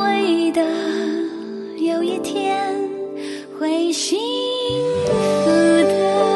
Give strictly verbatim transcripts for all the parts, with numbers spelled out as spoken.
会的有一天会幸福的。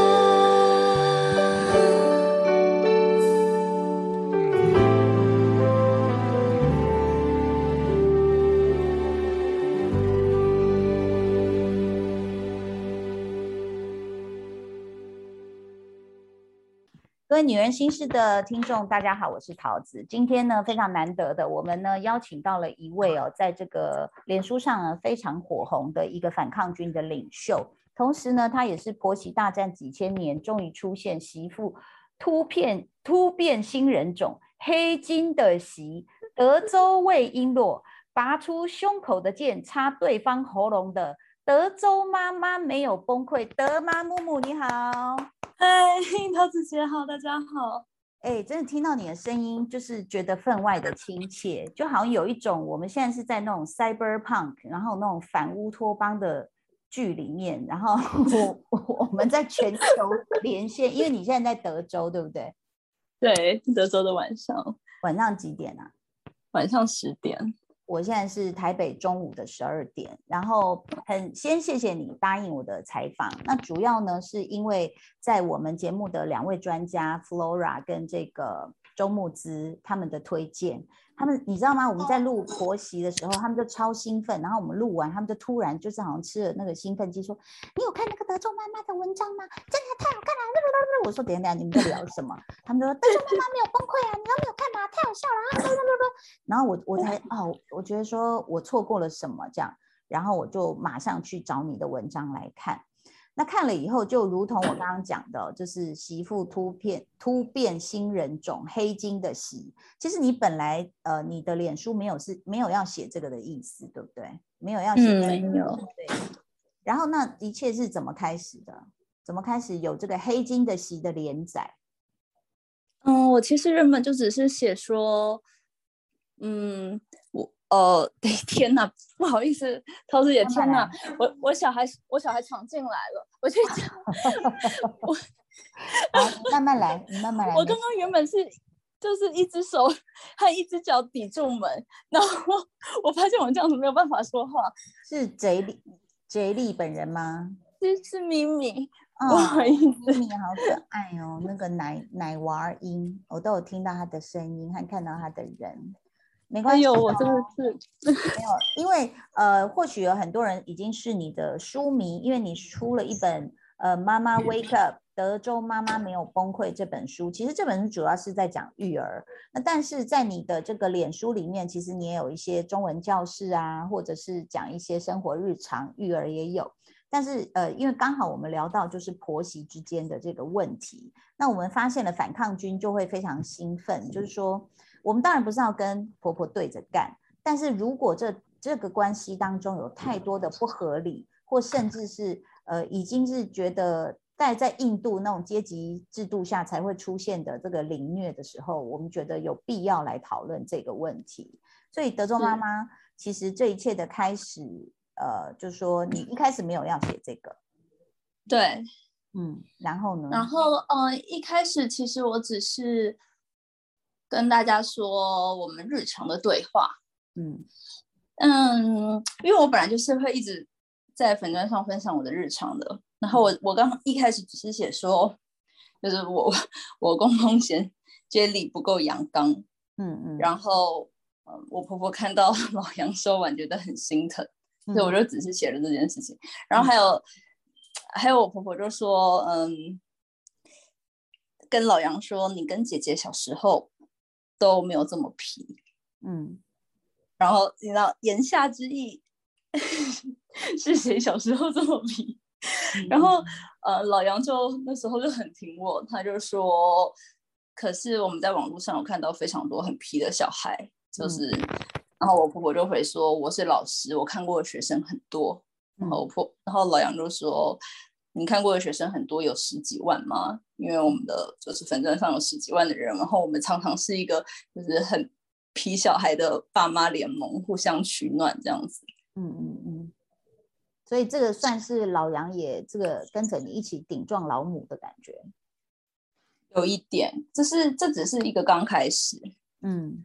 各位女人心事的听众大家好，我是桃子。今天呢非常难得的，我们呢邀请到了一位哦，在这个脸书上呢非常火红的一个反抗军的领袖，同时呢他也是婆媳大战几千年终于出现媳妇突变突变新人种黑金的媳，德州卫璎珞拔出胸口的剑插对方喉咙的德州妈妈没有崩溃。德妈木木你好。 嗨，桃子姐好，大家好。 哎、欸，真的听到你的声音，就是觉得分外的亲切，就好像有一种我们现在是在那种 cyberpunk， 然后那种反乌托邦的剧里面，然后我我们在全球连线，因为你现在在德州，对不对？ 对，德州的晚上。 晚上几点啊？ 晚上十点。 我现在是台北中午的十二点，然后很先谢谢你答应我的采访。那主要呢是因为在我们节目的两位专家 Flora 跟这个周慕姿他们的推荐，他们你知道吗？我们在录婆媳的时候，他们就超兴奋，然后我们录完，他们就突然就是好像吃了那个兴奋剂，说你有看那个德州妈妈的文章吗？真的太好看了！我说等一下等一下，你们在聊什么？他们就说德州妈妈没有崩溃啊，你都没有看吗？太好笑了！然后我我才哦，我觉得说我错过了什么这样，然后我就马上去找你的文章来看。那看了以后，就如同我刚刚讲的，就是媳妇突变突变新人种黑金的媳。其实你本来呃你的脸书没有是没有要写这个的意思，对不对？没有要写、 嗯，没有。 对。然后那一切是怎么开始的？怎么开始有这个黑金的媳的连载？ 嗯，我其实原本就只是写说，嗯，我呃，天哪，不好意思，桃子姐，天哪，我我小孩我小孩闯进来了，我去讲，我好，慢慢来，你慢慢来。 我刚刚原本是就是一只手和一只脚抵住门，然后我发现我这样子没有办法说话。 是贼力贼力本人吗？ 是是咪咪。 哦、 不好意思， 咪咪好可爱哦，那个奶奶娃音，我都有听到他的声音和看到他的人。没关系、哦， 哎呦，我真的是没有，因为呃，或许有很多人已经是你的书迷，因为你出了一本呃《妈妈 Wake Up》德州妈妈没有崩溃这本书。其实这本书主要是在讲育儿，那但是在你的这个脸书里面，其实你也有一些中文教室啊，或者是讲一些生活日常，育儿也有。但是呃，因为刚好我们聊到就是婆媳之间的这个问题，那我们发现了反抗军就会非常兴奋，就是说我们当然不是要跟婆婆对着干，但是如果这这个关系当中有太多的不合理，或甚至是呃已经是觉得在在印度那种阶级制度下才会出现的这个凌虐的时候，我们觉得有必要来讨论这个问题。所以德州妈妈其实这一切的开始呃，就说你一开始没有要写这个。 对。 嗯，然后呢？ 然后呃，一开始其实我只是跟大家说我们日常的对话。 嗯嗯，因为我本来就是会一直在粉专上分享我的日常的。然后我我刚一开始只是写说，就是我我公公嫌接力不够阳刚。 嗯嗯。 然后、呃、我婆婆看到老杨收完觉得很心疼， 嗯、 所以我就只是写了这件事情。然后还有、嗯、还有我婆婆就说，嗯，跟老杨说你跟姐姐小时候都没有这么皮。 嗯。 然后你知道言下之意是谁小时候这么皮？然后呃，老杨就那时候就很挺我，他就说，可是我们在网络上有看到非常多很皮的小孩，就是，嗯、然后我婆婆就会说，我是老师，我看过的学生很多。然后我婆，然后老杨就说，你看过的学生很多，有十几万吗？因为我们的就是粉专上有十几万的人，然后我们常常是一个就是很皮小孩的爸妈联盟，互相取暖这样子。 嗯嗯嗯。所以这个算是老杨也这个跟着你一起顶撞老母的感觉。 有一点，这是这只是一个刚开始。 嗯，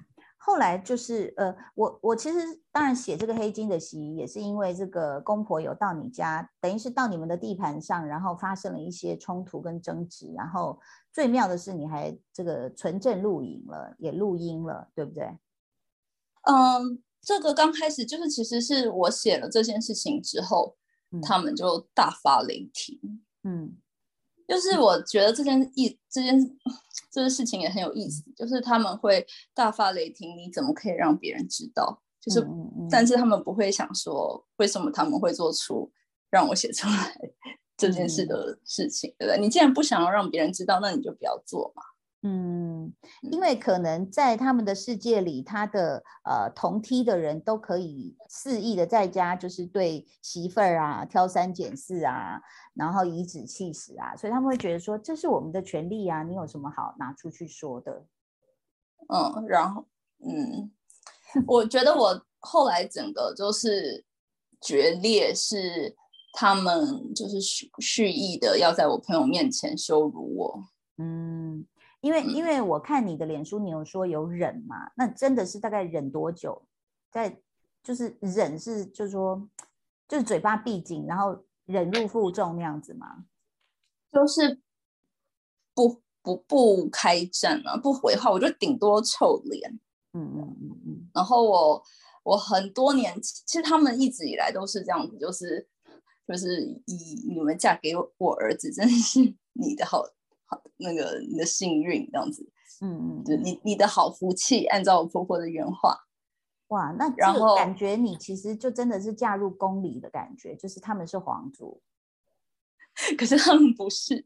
后来就是呃，我我其实当然写这个黑金的习也是因为这个公婆有到你家，等于是到你们的地盘上，然后发生了一些冲突跟争执，然后最妙的是你还这个存证录影了，也录音了，对不对？ 嗯，这个刚开始就是其实是我写了这件事情之后，嗯、他们就大发雷霆。嗯，就是我觉得这件意这件这件事情也很有意思，就是他们会大发雷霆，你怎么可以让别人知道？就是，嗯嗯嗯但是他们不会想说为什么他们会做出让我写出来这件事的事情，嗯、对不对？你既然不想要让别人知道，那你就不要做嘛。 嗯，因为可能在他们的世界里，他的呃同梯的人都可以肆意的在家，就是对媳妇儿啊挑三拣四啊，然后颐指气使啊，所以他们会觉得说这是我们的权利啊，你有什么好拿出去说的？ 嗯，然后嗯，我觉得我后来整个就是决裂，是他们就是蓄意的要在我朋友面前羞辱我。 嗯。因为因为我看你的脸书，你有说有忍嘛？那真的是大概忍多久？在就是忍是就是说就是嘴巴闭紧，然后忍辱负重那样子吗？ 就是不不不开战啊，不回话，我就顶多臭脸。嗯嗯嗯嗯。然后我我很多年，其实他们一直以来都是这样子，就是就是以你们嫁给我儿子，真的是你的好。那个你的幸运这样子，嗯嗯，你你的好福气，按照我婆婆的原话。 哇，那这个感觉你其实就真的是嫁入宫里的感觉，就是他们是皇族， 可是他们不是。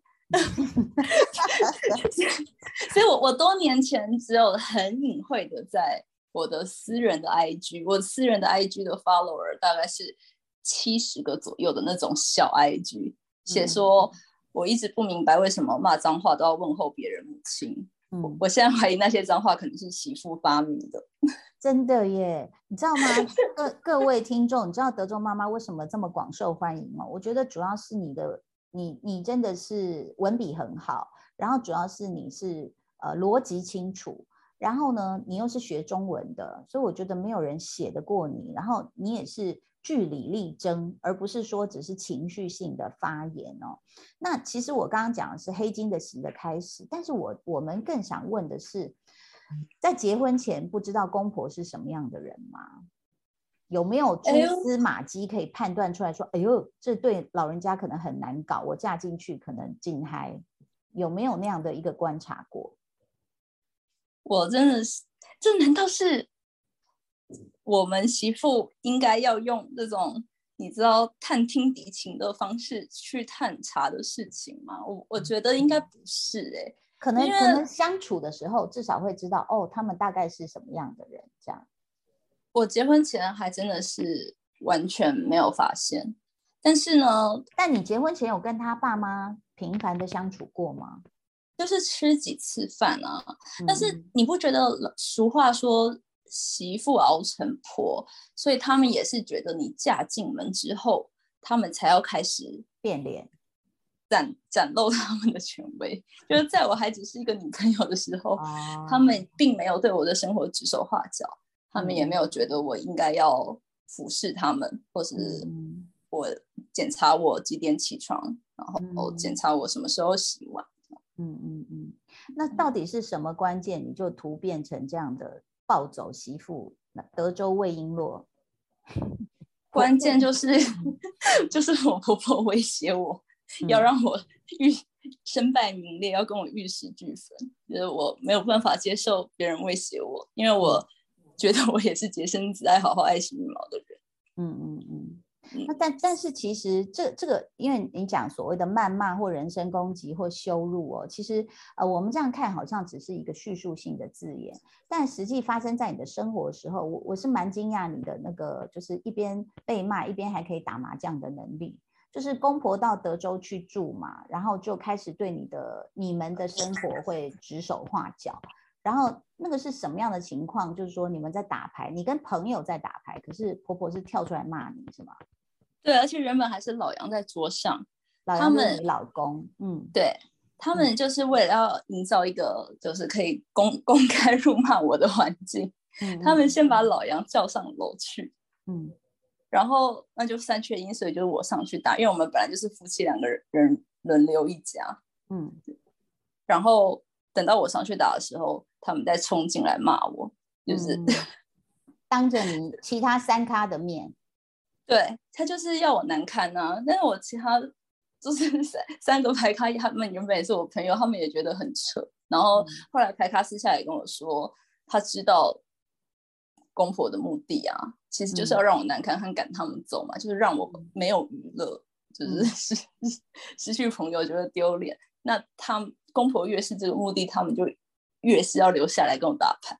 所以我我多年前只有很隐晦的在我的私人的 I G， 我私人的 I G 的 follower 大概是七十个左右的那种小 I G， 写说。嗯我一直不明白为什么骂脏话都要问候别人母亲。嗯、我, 我现在怀疑那些脏话可能是媳妇发明的。 真的耶，你知道吗？各各位听众，你知道德州妈妈为什么这么广受欢迎吗？我觉得主要是你的，你你真的是文笔很好，然后主要是你是呃逻辑清楚，然后呢，你又是学中文的，所以我觉得没有人写得过你，然后你也是。据理力争，而不是说只是情绪性的发言哦。那其实我刚刚讲的是黑金的习的开始，但是我我们更想问的是，在结婚前不知道公婆是什么样的人吗？有没有蛛丝马迹可以判断出来说，哎呦，这对老人家可能很难搞，我嫁进去可能惊嗨，有没有那样的一个观察过？ 我真的是，这难道是？我们媳妇应该要用这种你知道探听敌情的方式去探查的事情吗？我我觉得应该不是哎、欸， 可能可能相处的时候至少会知道哦，他们大概是什么样的人这样。 我结婚前还真的是完全没有发现，但是呢， 但你结婚前有跟他爸妈频繁的相处过吗？ 就是吃几次饭啊，嗯、但是你不觉得俗话说？媳妇熬成婆，所以他们也是觉得你嫁进门之后，他们才要开始变脸， 展展露他们的权威。就是在我还只是一个女朋友的时候，哦、他们并没有对我的生活指手画脚，他们也没有觉得我应该要服侍他们，或是我检查我几点起床，然后检查我什么时候洗碗。 嗯嗯嗯，那到底是什么关键，你就突变成这样的？暴走媳妇，德州魏璎珞。 关键就是就是我婆婆威胁我，嗯、要让我玉身败名裂，要跟我玉石俱焚。就是我没有办法接受别人威胁我，因为我觉得我也是洁身自爱、好好爱惜羽毛的人。 嗯嗯嗯。那但但是其实这这个，因为你讲所谓的谩骂或人身攻击或羞辱哦，其实呃我们这样看好像只是一个叙述性的字眼，但实际发生在你的生活的时候，我我是蛮惊讶你的那个就是一边被骂一边还可以打麻将的能力。就是公婆到德州去住嘛，然后就开始对你的你们的生活会指手画脚。然后那个是什么样的情况？就是说你们在打牌，你跟朋友在打牌，可是婆婆是跳出来骂你，是吗？ 对，而且原本还是老杨在桌上， 老杨是你老公，嗯， 对，他们就是为了要营造一个就是可以公公开辱骂我的环境， 嗯他们先把老杨叫上楼去， 嗯然后那就三缺一，所以就是我上去打，因为我们本来就是夫妻两个人轮流一家， 嗯， 然后等到我上去打的时候，他们再冲进来骂我，就是、 嗯、当着你其他三咖的面， 对，他就是要我难堪啊，但是我其他就是三三个牌咖，他们原本也是我朋友，他们也觉得很扯，然后后来牌咖私下也跟我说，他知道公婆的目的啊，其实就是要让我难堪和赶他们走嘛，嗯、就是让我没有娱乐，就是失、嗯、失去朋友觉得丢脸。那他们公婆越是这个目的，他们就越是要留下来跟我打牌。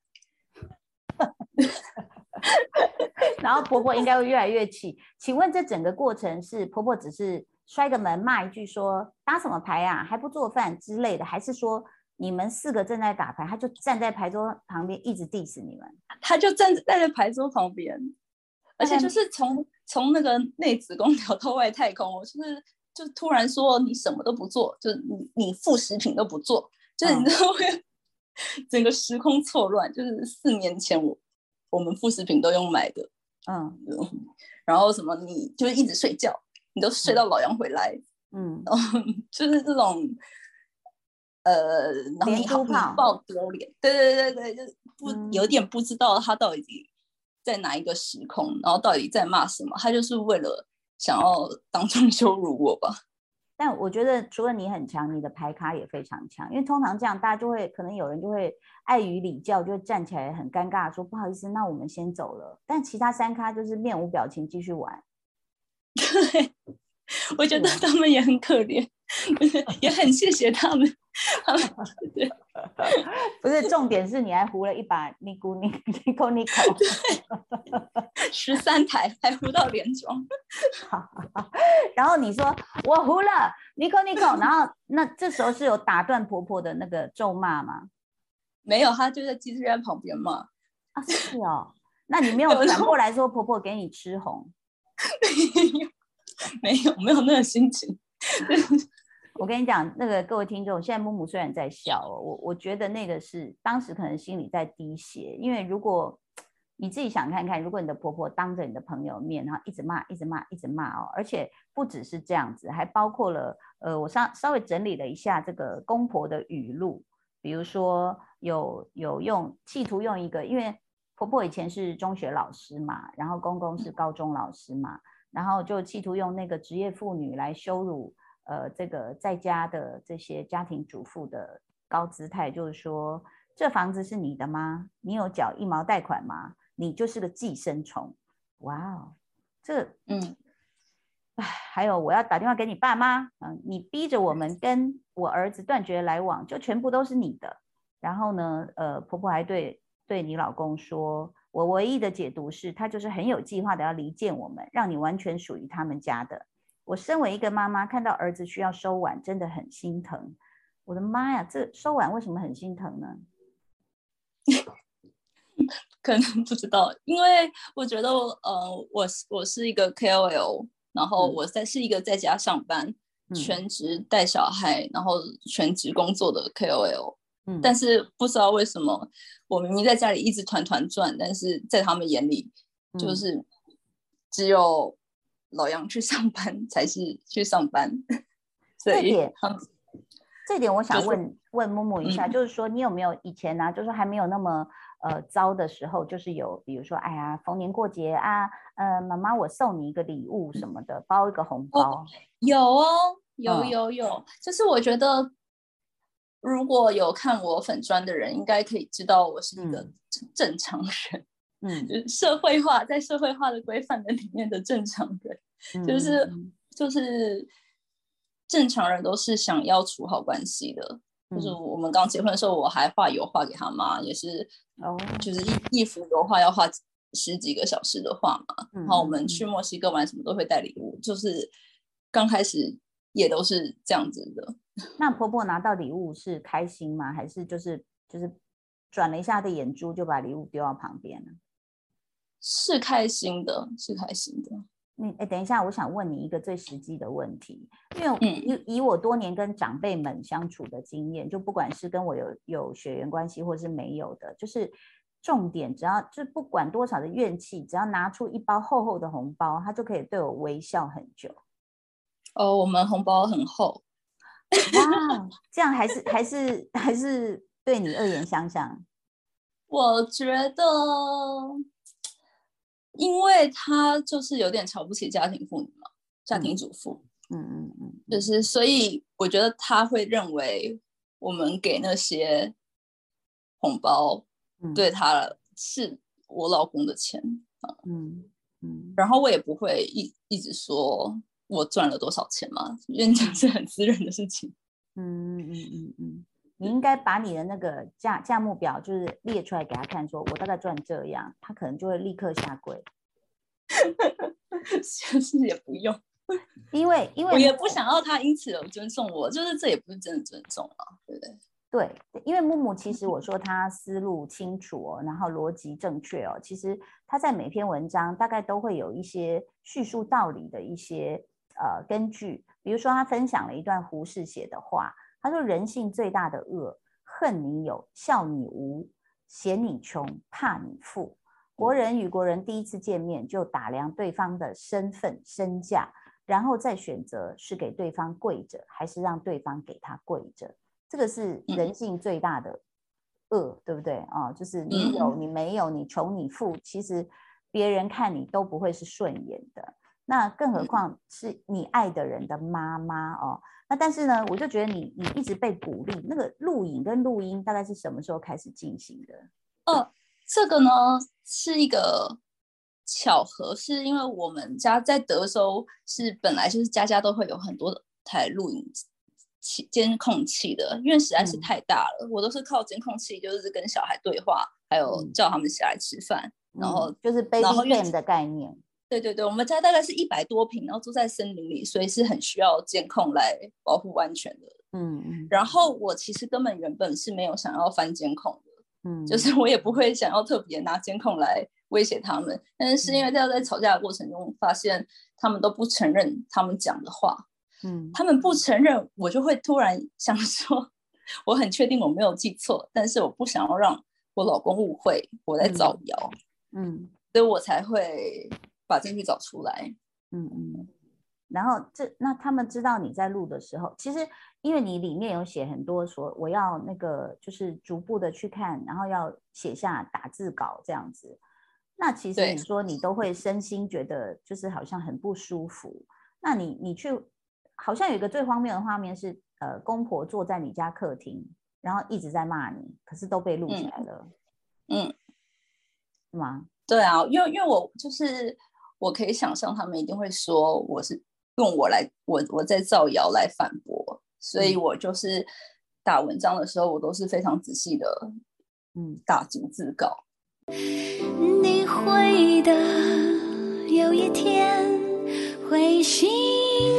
然后婆婆应该会越来越气。请问这整个过程是婆婆只是摔个门骂一句说打什么牌啊，还不做饭之类的，还是说你们四个正在打牌，他就站在牌桌旁边一直 diss 你们？ 他就站在牌桌旁边，而且就是从从那个内子宫聊到外太空，我就是就突然说你什么都不做，就你你副食品都不做，就是你知道会、嗯、整个时空错乱。就是四年前我我们副食品都用买的， 嗯， 然后什么你就是一直睡觉，你都睡到老杨回来，嗯，然后就是这种。呃，然后你好，你爆丢脸，对对对对，就是不、嗯、有点不知道他到底在哪一个时空，然后到底在骂什么，他就是为了想要当众羞辱我吧。 但我觉得除了你很强，你的牌咖也非常强，因为通常这样大家就会，可能有人就会碍于礼教，就会站起来很尴尬说不好意思，那我们先走了。但其他三咖就是面无表情继续玩。 对，我觉得他们也很可怜，也很谢谢他们。 不是重点是你还胡了一把尼姑尼尼口尼口， 十三台还胡到连庄。 然后你说我胡了尼口尼口，然后那这时候是有打断婆婆的那个咒骂吗？ 没有，他就在机器人旁边骂。 啊，是哦，那你没有转过来说婆婆给你吃红？ 没有，没有那个心情。 我跟你讲，那个各位听众，现在木木虽然在笑、哦，我我觉得那个是当时可能心里在滴血，因为如果你自己想看看，如果你的婆婆当着你的朋友面，然后一直骂、一直骂、一直骂哦，而且不只是这样子，还包括了呃，我稍稍微整理了一下这个公婆的语录，比如说有有用企图用一个，因为婆婆以前是中学老师嘛，然后公公是高中老师嘛，然后就企图用那个职业妇女来羞辱。呃，这个在家的这些家庭主妇的高姿态，就是说，这房子是你的吗？你有缴一毛贷款吗？你就是个寄生虫。哇哦，这嗯，还有我要打电话给你爸妈，嗯，你逼着我们跟我儿子断绝来往，就全部都是你的。然后呢，呃，婆婆还对对你老公说，我唯一的解读是，他就是很有计划的要离间我们，让你完全属于他们家的。我身为一个妈妈，看到儿子需要收碗，真的很心疼。我的妈呀，这收碗为什么很心疼呢？ 可能不知道，因为我觉得，呃，我我是一个 K O L， 然后我在是一个在家上班、嗯、全职带小孩，然后全职工作的 K O L。嗯，但是不知道为什么，我明明在家里一直团团转，但是在他们眼里，就是只有。老杨去上班才是去上班，所以这点，这点我想问、就是、问木木一下、嗯，就是说你有没有以前呢、啊，就是还没有那么呃糟的时候，就是有比如说，哎呀，逢年过节啊，呃，妈妈我送你一个礼物什么的，包一个红包。 哦有哦，有有有、嗯，就是我觉得如果有看我粉专的人，应该可以知道我是一个正常人。嗯嗯，就是社会化，在社会化的规范的里面的正常人，嗯、就是就是正常人都是想要处好关系的。嗯、就是我们刚结婚的时候，我还画油画给他妈，也是，哦，就是一一幅油画要画十几个小时的画嘛。嗯、然后我们去墨西哥玩，什么都会带礼物，就是刚开始也都是这样子的。 那婆婆拿到礼物是开心吗？还是就是就是转了一下的眼珠就把礼物丢到旁边了？ 是开心的，是开心的。 你哎，等一下，我想问你一个最实际的问题，因为以、嗯、以我多年跟长辈们相处的经验，就不管是跟我有有血缘关系，或是没有的，就是重点只要就不管多少的怨气，只要拿出一包厚厚的红包，他就可以对我微笑很久。 哦，我们红包很厚。 哇，这样还是还是还是对你恶言相向？ 我觉得，因为他就是有点瞧不起家庭妇女嘛，家庭主妇。 嗯嗯嗯，嗯就是所以我觉得他会认为我们给那些红包对他是我老公的钱。 嗯嗯， 然后我也不会一一直说我赚了多少钱嘛，因为这是很私人的事情。 嗯嗯嗯嗯，你应该把你的那个价价目表就是列出来给他看，说我大概赚这样，他可能就会立刻下跪。 其实也不用， 因为因为我也不想要他因此而尊重我，就是这也不是真的尊重啊，对不对？ 对，因为木木其实我说他思路清楚哦，然后逻辑正确哦，其实他在每篇文章大概都会有一些叙述道理的一些呃根据，比如说他分享了一段胡适写的话，他说人性最大的恶，恨你有，笑你无，嫌你穷，怕你富。国人与国人第一次见面就打量对方的身份身价，然后再选择是给对方跪着，还是让对方给他跪着。这个是人性最大的恶，对不对啊？就是你有你没有，你穷你富，其实别人看你都不会是顺眼的。那更何况是你爱的人的妈妈哦。那但是呢，我就觉得你你一直被鼓励。那个录影跟录音大概是什么时候开始进行的？ 哦，这个呢是一个巧合，是因为我们家在德州是本来就是家家都会有很多台录影器监控器的，因为实在是太大了，嗯、我都是靠监控器，就是跟小孩对话，还有叫他们起来吃饭，嗯、然后就是 baby cam 的概念。 对对对，我们家大概是一百多坪，然后住在森林里，所以是很需要监控来保护安全的。嗯嗯。然后我其实根本原本是没有想要翻监控的，嗯，就是我也不会想要特别拿监控来威胁他们，但是是因为在在吵架的过程中发现他们都不承认他们讲的话，嗯，他们不承认，我就会突然想说，我很确定我没有记错，但是我不想要让我老公误会我在造谣，嗯，嗯所以我才会把证据找出来。 嗯嗯，然后这那他们知道你在录的时候，其实因为你里面有写很多说我要那个就是逐步的去看，然后要写下打字稿这样子。那其实你说你都会身心觉得就是好像很不舒服。那你你去好像有一个最荒谬的画面是，呃，公婆坐在你家客厅，然后一直在骂你，可是都被录起来了。嗯，是吗？ 对啊，因为因为我就是我可以想象他们一定会说我是用我来我我在造谣来反驳，所以我就是打文章的时候我都是非常仔细的嗯打逐字稿。 你会的，有一天会醒